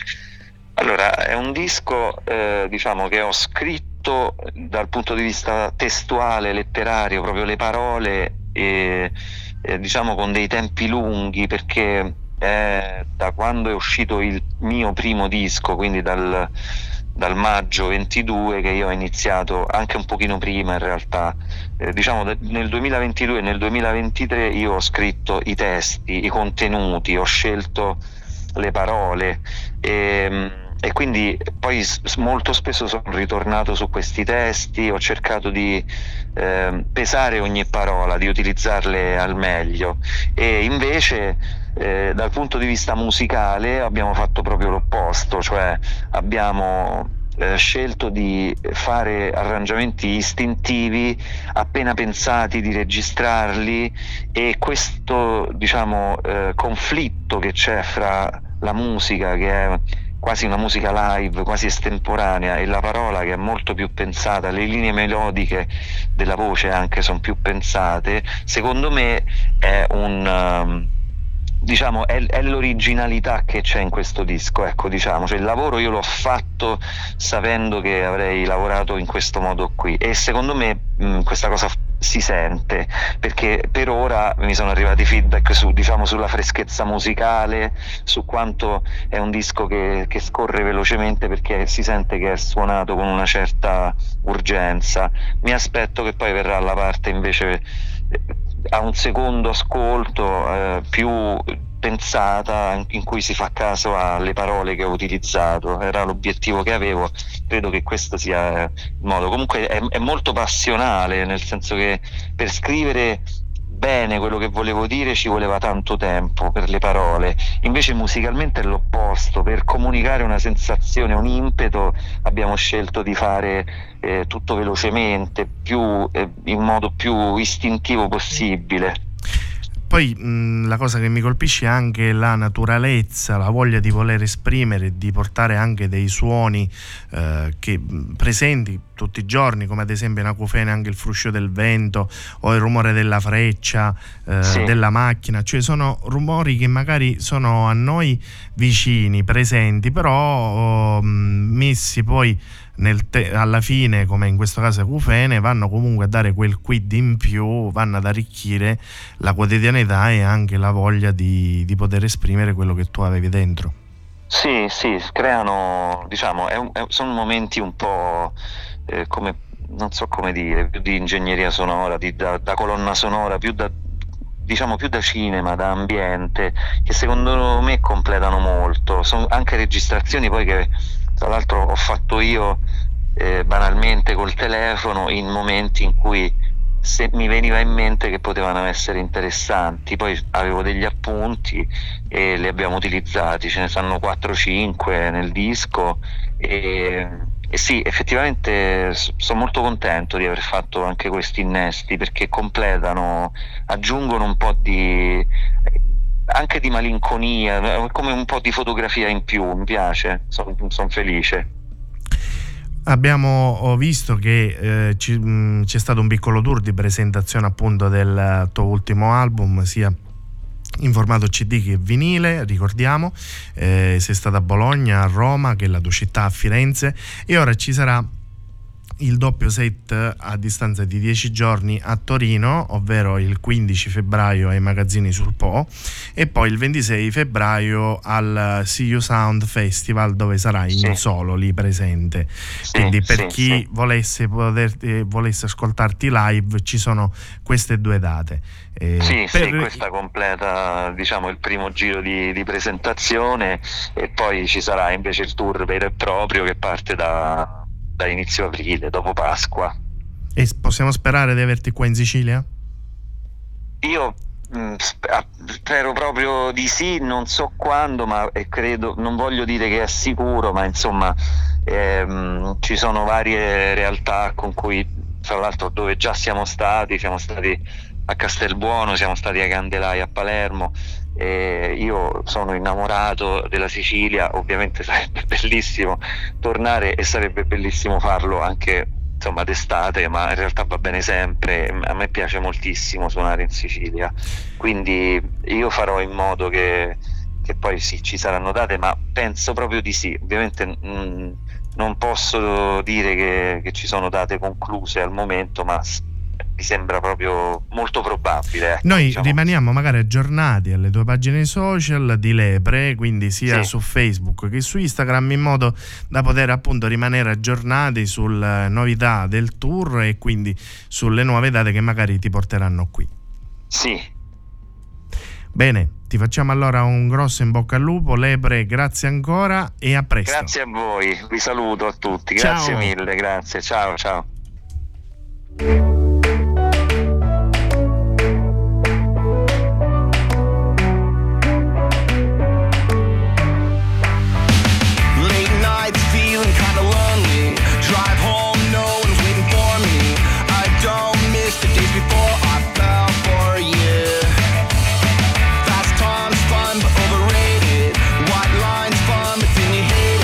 Allora, è un disco, eh, diciamo, che ho scritto dal punto di vista testuale, letterario, proprio le parole, e, e diciamo con dei tempi lunghi, perché è da quando è uscito il mio primo disco, quindi dal, dal maggio ventidue, che io ho iniziato, anche un pochino prima in realtà, eh, diciamo nel duemilaventidue e nel duemilaventitré io ho scritto i testi, i contenuti, ho scelto le parole, e, e quindi poi molto spesso sono ritornato su questi testi, ho cercato di eh, pesare ogni parola, di utilizzarle al meglio, e invece eh, dal punto di vista musicale abbiamo fatto proprio l'opposto, cioè abbiamo eh, scelto di fare arrangiamenti istintivi, appena pensati, di registrarli, e questo, diciamo, eh, conflitto che c'è fra la musica, che è quasi una musica live, quasi estemporanea, e la parola, che è molto più pensata, le linee melodiche della voce anche sono più pensate, secondo me è un um, diciamo è, è l'originalità che c'è in questo disco, ecco, diciamo, cioè il lavoro io l'ho fatto sapendo che avrei lavorato in questo modo qui, e secondo me mh, questa cosa si sente, perché per ora mi sono arrivati feedback su, diciamo, sulla freschezza musicale, su quanto è un disco che, che scorre velocemente, perché si sente che è suonato con una certa urgenza. Mi aspetto che poi verrà la parte invece a un secondo ascolto eh, più pensata, in cui si fa caso alle parole che ho utilizzato. Era l'obiettivo che avevo, credo che questo sia il modo. Comunque è, è molto passionale, nel senso che per scrivere bene quello che volevo dire ci voleva tanto tempo per le parole, invece musicalmente è l'opposto. Per comunicare una sensazione, un impeto, abbiamo scelto di fare eh, tutto velocemente, più eh, in modo più istintivo possibile. Poi mh, la cosa che mi colpisce è anche la naturalezza, la voglia di voler esprimere, di portare anche dei suoni eh, che mh, presenti tutti i giorni, come ad esempio in Acufene anche il fruscio del vento o il rumore della freccia, eh, sì. della macchina, cioè sono rumori che magari sono a noi vicini, presenti, però oh, messi poi nel te- alla fine, come in questo caso Acufene, vanno comunque a dare quel quid in più, vanno ad arricchire la quotidianità e anche la voglia di, di poter esprimere quello che tu avevi dentro. Sì, sì, creano, diciamo, è un, è, sono momenti un po' eh, come, non so come dire, più di ingegneria sonora, di, da, da colonna sonora, più da diciamo più da cinema, da ambiente, che secondo me completano molto. Sono anche registrazioni poi che tra l'altro ho fatto io eh, banalmente col telefono in momenti in cui se mi veniva in mente che potevano essere interessanti, poi avevo degli appunti e li abbiamo utilizzati, ce ne stanno quattro cinque nel disco e, e sì, effettivamente sono molto contento di aver fatto anche questi innesti, perché completano, aggiungono un po' di anche di malinconia, come un po' di fotografia in più. Mi piace, sono son felice. Abbiamo visto che eh, ci, mh, c'è stato un piccolo tour di presentazione appunto del tuo ultimo album, sia in formato C D che vinile, ricordiamo. Eh, sei stata a Bologna, a Roma, che è la tua città, a Firenze, e ora ci sarà il doppio set a distanza di dieci giorni a Torino, ovvero il quindici febbraio ai Magazzini sul Po e poi il ventisei febbraio al See You Sound Festival, dove sarai sì. in solo lì presente. Sì, quindi per sì, chi sì. volesse poter, eh, volesse ascoltarti live, ci sono queste due date. Eh, sì, per... sì, questa completa, diciamo, il primo giro di, di presentazione, e poi ci sarà invece il tour vero e proprio che parte da da inizio aprile, dopo Pasqua. E possiamo sperare di averti qua in Sicilia? Io mh, spero proprio di sì, non so quando, ma eh, credo, non voglio dire che è sicuro, ma insomma ehm, ci sono varie realtà con cui, tra l'altro, dove già siamo stati, siamo stati a Castelbuono, siamo stati a Candelai, a Palermo. Eh, io sono innamorato della Sicilia, ovviamente sarebbe bellissimo tornare e sarebbe bellissimo farlo anche, insomma, d'estate, ma in realtà va bene sempre. A me piace moltissimo suonare in Sicilia, quindi io farò in modo che, che poi sì, ci saranno date, ma penso proprio di sì. Ovviamente mh, non posso dire che, che ci sono date concluse al momento, ma mi sembra proprio molto probabile. Ecco, Noi diciamo. rimaniamo magari aggiornati alle tue pagine social di Lepre, quindi sia sì. su Facebook che su Instagram, in modo da poter appunto rimanere aggiornati sulle novità del tour e quindi sulle nuove date che magari ti porteranno qui. Sì. Bene, ti facciamo allora un grosso in bocca al lupo. Lepre, grazie ancora e a presto. Grazie a voi, vi saluto a tutti, ciao. Grazie mille, grazie, ciao ciao.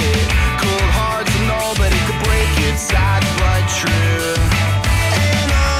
Sad but true. And I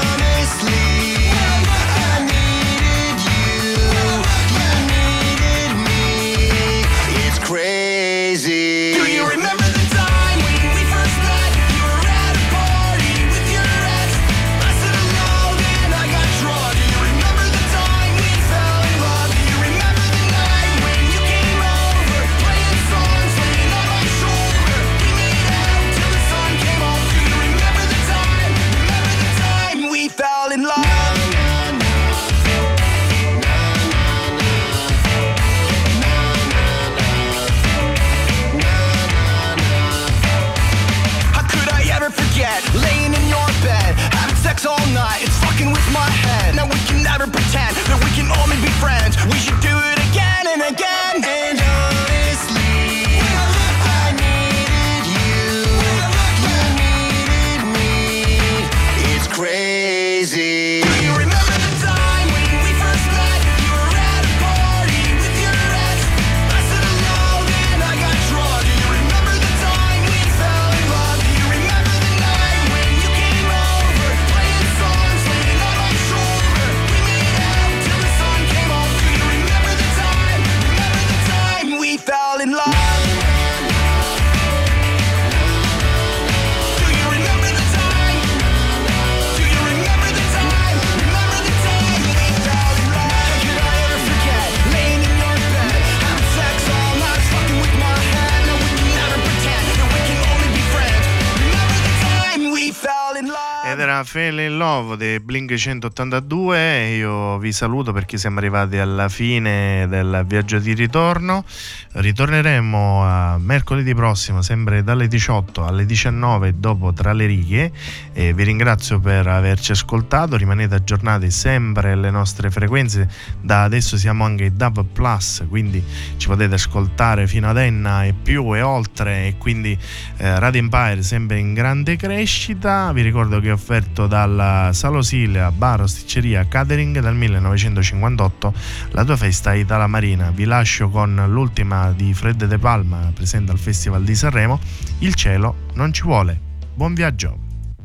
era Fell in Love dei Blink centottantadue. Io vi saluto perché siamo arrivati alla fine del viaggio di ritorno. Ritorneremo a mercoledì prossimo, sempre dalle diciotto alle diciannove, dopo Tra le righe. E vi ringrazio per averci ascoltato. Rimanete aggiornati sempre alle nostre frequenze. Da adesso siamo anche D A B Plus, quindi ci potete ascoltare fino ad Enna e più e oltre. E quindi eh, Radio Empire sempre in grande crescita. Vi ricordo che è offerto dalla Salosilia Bar Osticceria Catering dal millenovecentocinquantotto, la tua festa Itala Marina. Vi lascio con l'ultima di Fred De Palma, presente al Festival di Sanremo, Il cielo non ci vuole. Buon viaggio.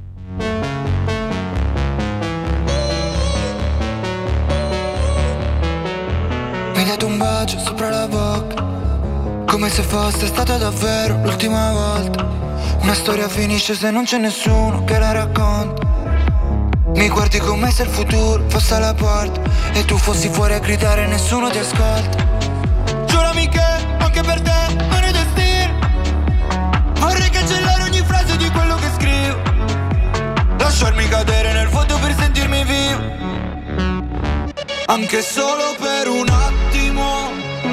Mi hai dato un bacio sopra la bocca, come se fosse stata davvero l'ultima volta. Una storia finisce se non c'è nessuno che la racconta. Mi guardi come se il futuro fosse alla porta e tu fossi fuori a gridare e nessuno ti ascolta. Giurami che anche per te non è destino. Vorrei cancellare ogni frase di quello che scrivo, lasciarmi cadere nel vuoto per sentirmi vivo. Anche solo per un attimo,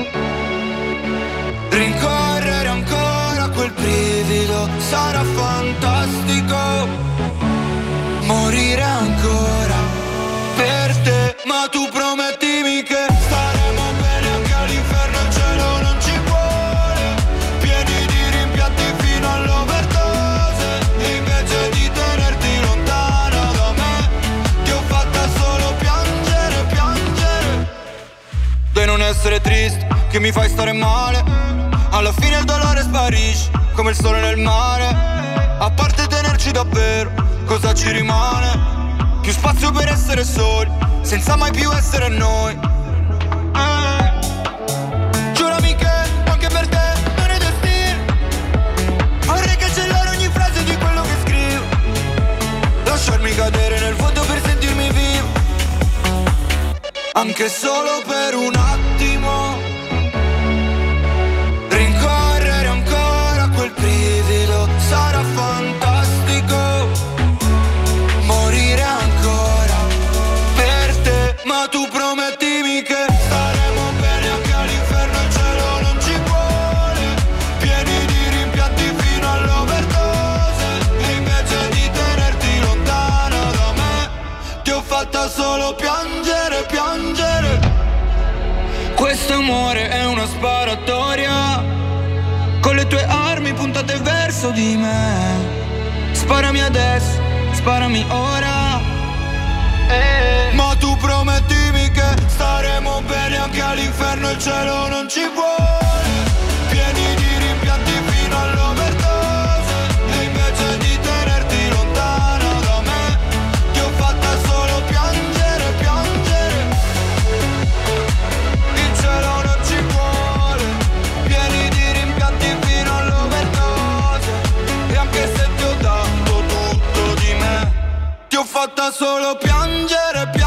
rincorrere ancora quel brivido sarà fantastico. Morire ancora per te, ma tu promettimi che staremo bene anche all'inferno, il cielo non ci vuole. Pieni di rimpianti fino all'overdose, e invece di tenerti lontana da me, ti ho fatta solo piangere, piangere. Di non essere triste, che mi fai stare male. Alla fine il dolore sparisce, come il sole nel mare. A parte tenerci davvero, cosa ci rimane? Più spazio per essere soli, senza mai più essere noi. eh. Giurami che anche per te non è destino. Vorrei cancellare ogni frase di quello che scrivo, lasciarmi cadere nel vuoto per sentirmi vivo. Anche solo per un attimo, rincorrere ancora quel brivido sarà fantastico. Morire ancora per te, ma tu promettimi che staremo bene anche all'inferno, il cielo non ci vuole. Pieni di rimpianti fino all'overdose, e invece di tenerti lontana da me, ti ho fatta solo piangere, piangere. Questo amore è una sparatoria, con le tue armi puntate verso di me. Sparami adesso, sparami ora, eh. Ma tu promettimi che staremo bene anche all'inferno, il cielo non ci vuole. Pieni di rimpianti fino all'overdose, e invece di tenerti lontana da me, ti ho fatta solo piangere, piangere. Il cielo non ci vuole, pieni di rimpianti fino all'overdose, e anche se ti ho dato tutto di me, ti ho fatta solo piangere, piangere.